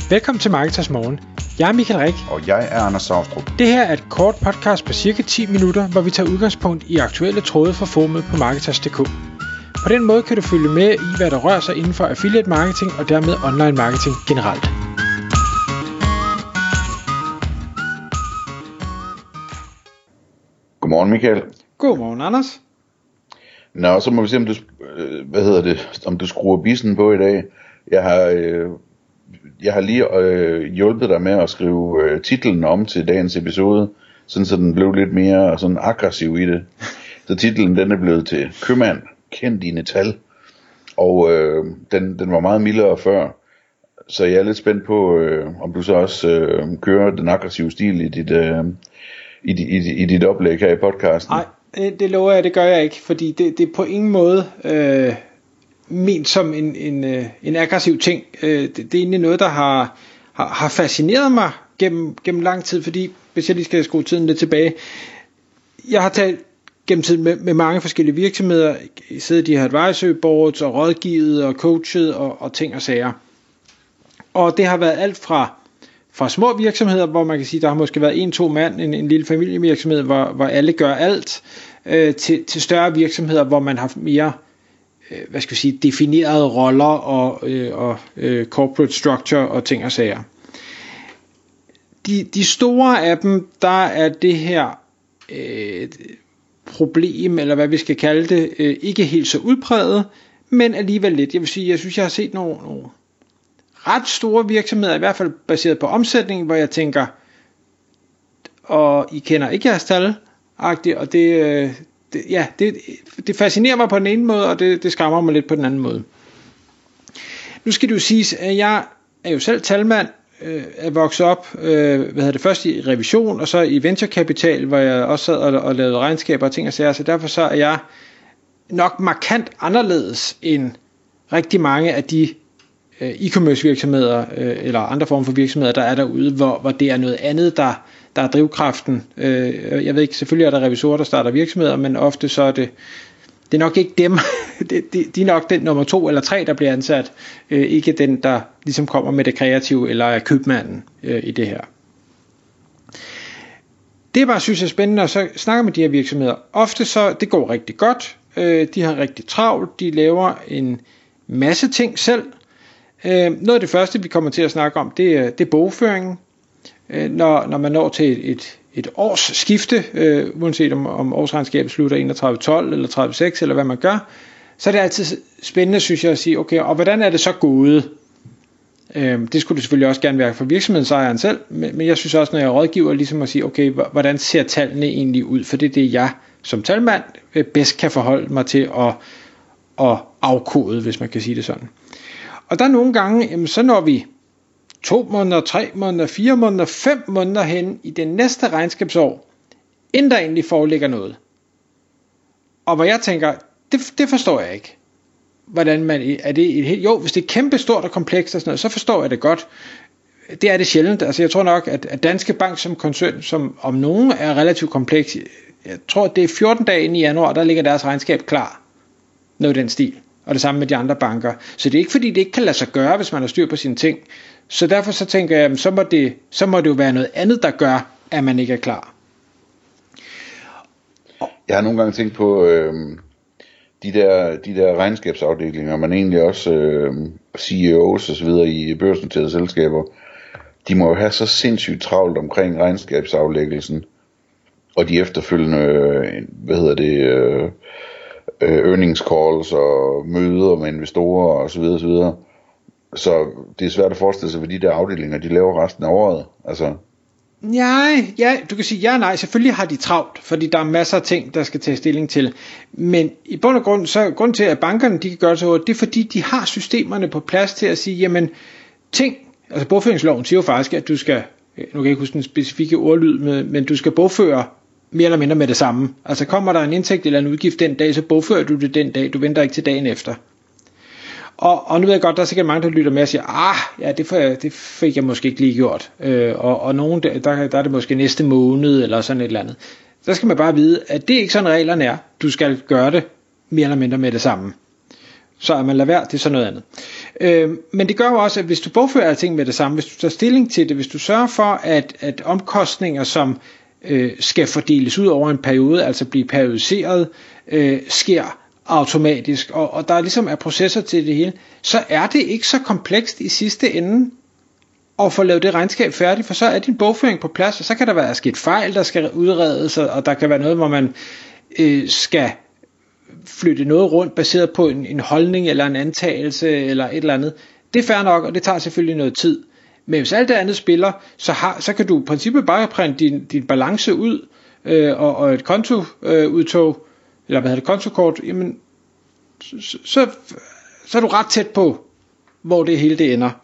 Velkommen til Marketers Morgen. Jeg er Michael Rik. Og jeg er Anders Saustrup. Det her er et kort podcast på cirka 10 minutter, hvor vi tager udgangspunkt i aktuelle tråde fra forumet på Marketers.dk. På den måde kan du følge med i, hvad der rører sig inden for affiliate marketing og dermed online marketing generelt. Godmorgen, Michael. Godmorgen, Anders. Nå, så må vi se, om du skruer bissen på i dag. Jeg har lige hjulpet dig med at skrive titlen om til dagens episode, sådan så den blev lidt mere sådan aggressiv i det. Så titlen, den er blevet til Købmand, kend dine tal. Og den var meget mildere før. Så jeg er lidt spændt på, om du så også kører den aggressive stil i dit oplæg her i podcasten. Nej, det lover jeg, det gør jeg ikke, fordi det er på ingen måde ment som en aggressiv ting. Det er egentlig noget, der har fascineret mig gennem lang tid, fordi hvis jeg lige skal skrue tiden lidt tilbage, jeg har talt gennem tiden med mange forskellige virksomheder, siddet i de her advisory boards og rådgivet og coachet og ting og sager. Og det har været alt fra små virksomheder, hvor man kan sige, der har måske været 1-2 mand, en lille familievirksomhed, hvor alle gør alt, til større virksomheder, hvor man har mere definerede roller og corporate structure og ting og sager. De store af dem, der er det her problem, eller hvad vi skal kalde det, ikke helt så udpræget, men alligevel lidt. Jeg synes, jeg har set nogle ret store virksomheder, i hvert fald baseret på omsætning, hvor jeg tænker, og I kender ikke jeres tal-agtigt, og det fascinerer mig på den ene måde, og det skræmmer mig lidt på den anden måde. Nu skal det jo siges, at jeg er jo selv talmand, er vokset op, først i revision, og så i venturekapital, hvor jeg også sad og lavede regnskaber og ting og sager, så derfor så er jeg nok markant anderledes end rigtig mange af de e-commerce virksomheder eller andre former for virksomheder, der er derude, hvor det er noget andet, der er drivkraften. Jeg ved ikke, selvfølgelig er der revisorer, der starter virksomheder, men ofte så er det er nok ikke dem. De er nok den nummer 2 eller 3, der bliver ansat, ikke den, der ligesom kommer med det kreative eller er købmanden i det her. Det er bare, synes jeg, er spændende, og så snakker med de her virksomheder. Ofte så, det går rigtig godt. De har rigtig travlt. De laver en masse ting selv. Noget af det første, vi kommer til at snakke om, det er bogføringen. Når man når til et års skifte, uanset om årsregnskabet slutter 31/12 eller 30/6, eller hvad man gør, så er det altid spændende, synes jeg, at sige, okay, og hvordan er det så gået? Det skulle det selvfølgelig også gerne være for virksomhedsejeren selv, men jeg synes også, når jeg rådgiver, ligesom at sige, okay, hvordan ser tallene egentlig ud? For det er det, jeg som talmand bedst kan forholde mig til at afkode, hvis man kan sige det sådan. Og der er nogle gange, jamen, så når vi 2 måneder, 3 måneder, 4 måneder, 5 måneder hen i det næste regnskabsår, inden der egentlig foreligger noget. Og hvor jeg tænker, det forstår jeg ikke. Hvordan er det jo, hvis det er kæmpe stort og komplekst og sådan noget, så forstår jeg det godt. Det er det sjældent. Altså jeg tror nok, at Danske Bank som koncern, som om nogen er relativt kompleks, jeg tror, det er 14 dage inde i januar, der ligger deres regnskab klar. Noget i den stil. Og det samme med de andre banker. Så det er ikke fordi, det ikke kan lade sig gøre, hvis man har styr på sine ting. Så derfor så tænker jeg, så må det jo være noget andet, der gør, at man ikke er klar. Jeg har nogle gange tænkt på de der regnskabsafdelinger, men egentlig også CEOs og så videre i børsnoterede selskaber. De må jo have så sindssygt travlt omkring regnskabsaflæggelsen og de efterfølgende, earnings calls og møder med investorer og så videre, så videre. Så det er svært at forestille sig, hvad de der afdelinger, de laver resten af året. Altså. Ja, du kan sige ja og nej. Selvfølgelig har de travlt, fordi der er masser af ting, der skal tage stilling til. Men i bund og grund, så grund til, at bankerne de kan gøre det så hurtigt, det er fordi, de har systemerne på plads til at sige, jamen ting, altså bogføringsloven siger jo faktisk, at du skal, nu kan jeg ikke huske den specifikke ordlyd, men du skal bogføre mere eller mindre med det samme. Altså kommer der en indtægt eller en udgift den dag, så bogfører du det den dag, du venter ikke til dagen efter. Og nu ved jeg godt, der er sikkert mange, der lytter med og siger, det fik jeg måske ikke lige gjort. Og nogen, der er det måske næste måned, eller sådan et eller andet. Så skal man bare vide, at det er ikke sådan reglerne er. Du skal gøre det mere eller mindre med det samme. Så at man lader være, det er så noget andet. Men det gør jo også, at hvis du bogfører ting med det samme, hvis du tager stilling til det, hvis du sørger for, at omkostninger, som skal fordeles ud over en periode, altså blive periodiseret, sker automatisk, og der ligesom er processer til det hele, så er det ikke så komplekst i sidste ende at få lavet det regnskab færdigt, for så er din bogføring på plads, og så kan der være sket fejl, der skal udredes, og der kan være noget, hvor man skal flytte noget rundt, baseret på en holdning, eller en antagelse, eller et eller andet. Det er fair nok, og det tager selvfølgelig noget tid. Men hvis alt det andet spiller, så kan du i princippet bare printe din balance ud, og et kontoudtog, eller kontokort, jamen, så er du ret tæt på, hvor det hele det ender.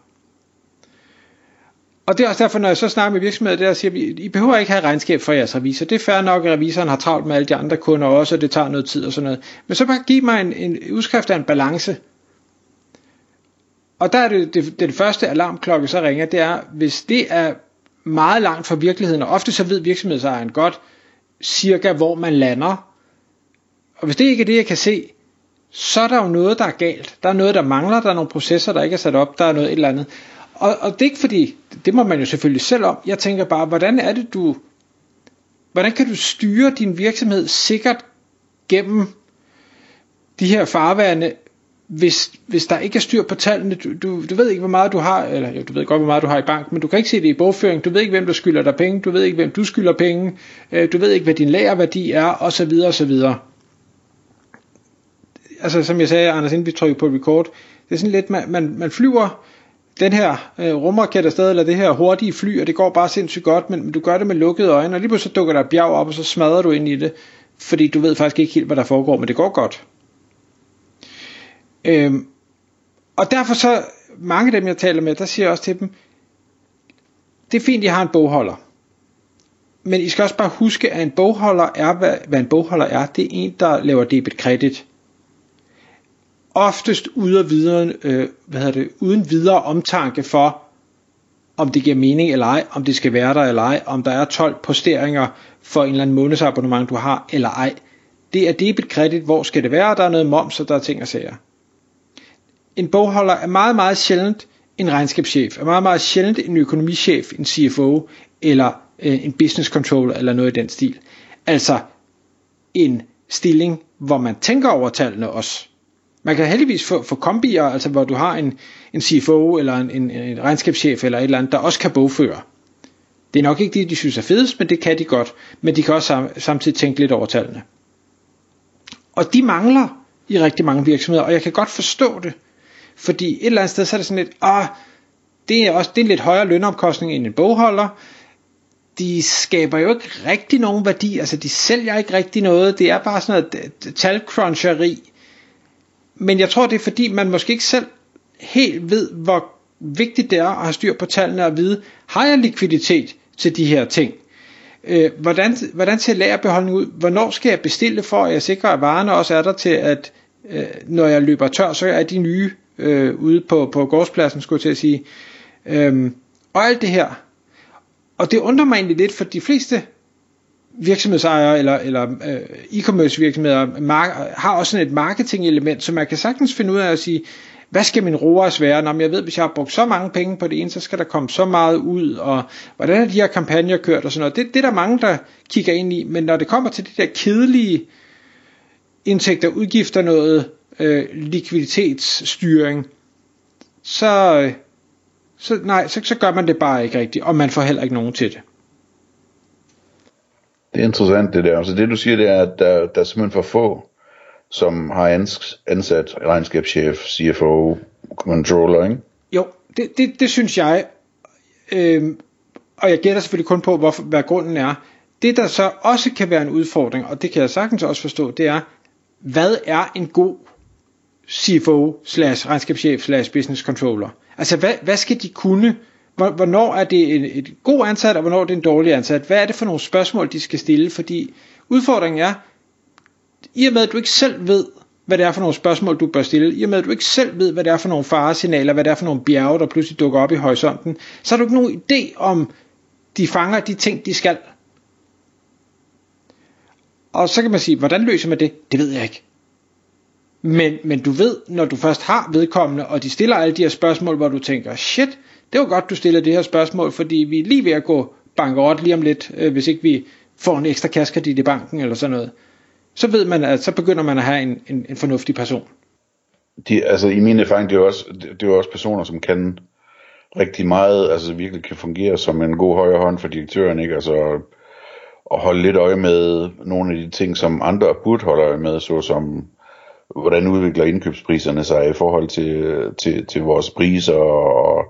Og det er også derfor, når jeg så snakker med virksomheder, der siger, I behøver ikke have regnskab for jeres revisor. Det er fair nok, at revisoren har travlt med alle de andre kunder også, og det tager noget tid og sådan noget. Men så bare giv mig en udskrift af en balance. Og der er det første alarmklokke så ringer, det er, hvis det er meget langt fra virkeligheden, og ofte så ved virksomhedsejeren godt cirka, hvor man lander. Og hvis det ikke er det, jeg kan se, så er der jo noget, der er galt. Der er noget, der mangler, der er nogle processer, der ikke er sat op, der er noget et eller andet. Og det er ikke fordi, det må man jo selvfølgelig selv om. Jeg tænker bare, hvordan kan du styre din virksomhed sikkert gennem de her farvande, hvis der ikke er styr på tallene. Du ved ikke, hvor meget du har, eller du ved godt, hvor meget du har i banken, men du kan ikke se det i bogføring. Du ved ikke, hvem der skylder dig penge. Du ved ikke, hvem du skylder penge. Du ved ikke, hvad din lagerværdi er, og så videre, og så videre. Altså, som jeg sagde, Anders, inden vi trykker på record, det er sådan lidt, man flyver den her rumraket afsted, eller det her hurtige fly, og det går bare sindssygt godt, men du gør det med lukkede øjne, og lige pludselig så dukker der et bjerg op, og så smadrer du ind i det, fordi du ved faktisk ikke helt, hvad der foregår, men det går godt. Og derfor så, mange af dem jeg taler med, der siger jeg også til dem, det er fint, I har en bogholder, men I skal også bare huske, at en bogholder er, hvad en bogholder er, det er en, der laver debit-kredit. Oftest uden videre omtanke for, om det giver mening eller ej, om det skal være der eller ej, om der er 12 posteringer for en eller anden månedsabonnement, du har eller ej. Det er debit-kredit, hvor skal det være, der er noget moms, og der er ting og sager. En bogholder er meget, meget sjældent en regnskabschef, er meget, meget sjældent en økonomichef, en CFO, eller en business controller, eller noget i den stil. Altså en stilling, hvor man tænker over tallene også. Man kan heldigvis få kombier, altså hvor du har en CFO eller en regnskabschef eller et eller andet, der også kan bogføre. Det er nok ikke det, de synes er fedest, men det kan de godt. Men de kan også samtidig tænke lidt over tallene. Og de mangler i rigtig mange virksomheder, og jeg kan godt forstå det. Fordi et eller andet sted, så er det sådan lidt, det er en lidt højere lønomkostning end en bogholder. De skaber jo ikke rigtig nogen værdi, altså de sælger ikke rigtig noget. Det er bare sådan noget talcruncheri. Men jeg tror, det er fordi, man måske ikke selv helt ved, hvor vigtigt det er at have styr på tallene og vide, har jeg likviditet til de her ting? Hvordan ser lagerbeholdning ud? Hvornår skal jeg bestille for, at jeg sikrer, at varerne også er der til, at når jeg løber tør, så er de nye ude på gårdspladsen, skulle jeg til at sige. Og alt det her. Og det undrer mig egentlig lidt, for de fleste virksomhedsejere eller e-commerce virksomheder har også sådan et marketing element, så man kan sagtens finde ud af at sige, hvad skal min ROAS være? Nå, men jeg ved, hvis jeg har brugt så mange penge på det ene, så skal der komme så meget ud, og hvordan er de her kampagner kørt og sådan noget. Det er der mange, der kigger ind i, men når det kommer til det der kedelige indtægter, udgifter, noget likviditetsstyring, så gør man det bare ikke rigtigt, og man får heller ikke nogen til det. Det er interessant det der. Altså det du siger, det er, at der er simpelthen for få, som har ansat regnskabschef, CFO, controller, ikke? Jo, det synes jeg. Og jeg gætter selvfølgelig kun på, hvad grunden er. Det der så også kan være en udfordring, og det kan jeg sagtens også forstå, det er, hvad er en god CFO/regnskabschef/business controller? Altså hvad skal de kunne? Hvornår er det et god ansat, og hvornår er det en dårlig ansat? Hvad er det for nogle spørgsmål, de skal stille? Fordi udfordringen er, i og med at du ikke selv ved, hvad det er for nogle spørgsmål, du bør stille, i og med at du ikke selv ved, hvad det er for nogle faresignaler, hvad det er for nogle bjerge, der pludselig dukker op i horisonten, så har du ikke nogen idé om, de fanger de ting, de skal. Og så kan man sige, hvordan løser man det? Det ved jeg ikke. Men du ved, når du først har vedkommende, og de stiller alle de her spørgsmål, hvor du tænker, shit, det var godt, du stiller det her spørgsmål, fordi vi er lige ved at gå bankerot lige om lidt, hvis ikke vi får en ekstra kassekredit i banken eller sådan noget. Så ved man, at så begynder man at have en fornuftig person. Altså i min erfaring, det er jo også personer, som kan rigtig meget, altså virkelig kan fungere som en god højre hånd for direktøren, ikke? Altså at holde lidt øje med nogle af de ting, som andre burde holde øje med, såsom hvordan udvikler indkøbspriserne sig i forhold til vores priser, og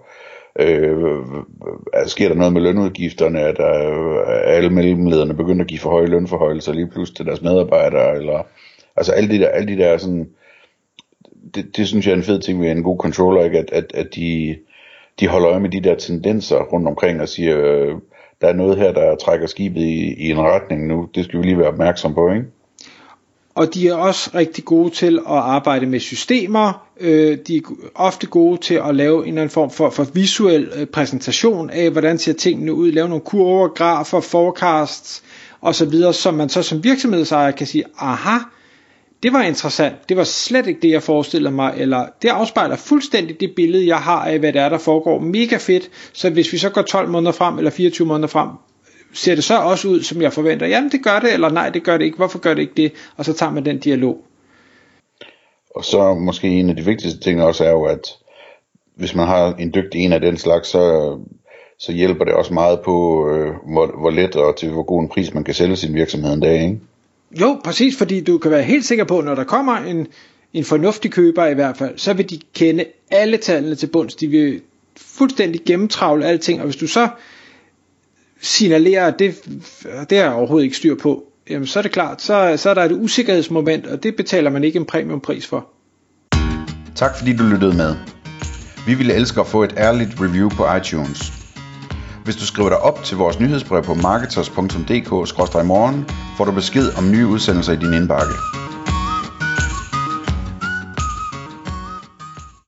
sker der noget med lønudgifterne, at alle mellemlederne begynder at give for høje lønforhøjelser lige pludselig til deres medarbejdere, eller altså alle de der sådan, det synes jeg er en fed ting ved en god controller, ikke? At de holder øje med de der tendenser rundt omkring og siger, der er noget her, der trækker skibet i en retning nu, det skal vi lige være opmærksom på, ikke? Og de er også rigtig gode til at arbejde med systemer. De er ofte gode til at lave en eller anden form for visuel præsentation af, hvordan ser tingene ud, lave nogle kurver, grafer, forecasts osv., så man så som virksomhedsejer kan sige, aha, det var interessant, det var slet ikke det, jeg forestillede mig, eller det afspejler fuldstændig det billede, jeg har af, hvad det er, der foregår. Mega fedt, så hvis vi så går 12 måneder frem, eller 24 måneder frem, ser det så også ud, som jeg forventer? Jamen, det gør det, eller nej, det gør det ikke. Hvorfor gør det ikke det? Og så tager man den dialog. Og måske en af de vigtigste ting også er jo, at hvis man har en dygtig en af den slags, så hjælper det også meget på, hvor let og til hvor god en pris man kan sælge sin virksomhed en dag, ikke? Jo, præcis, fordi du kan være helt sikker på, når der kommer en fornuftig køber i hvert fald, så vil de kende alle tallene til bunds. De vil fuldstændig gennemtravle alting, og hvis du så signalerer, at det er jeg overhovedet ikke styr på, jamen så er det klart, så er der et usikkerhedsmoment, og det betaler man ikke en premiumpris for. Tak fordi du lyttede med. Vi ville elske at få et ærligt review på iTunes. Hvis du skriver dig op til vores nyhedsbrev på marketers.dk/morgen, får du besked om nye udsendelser i din indbakke.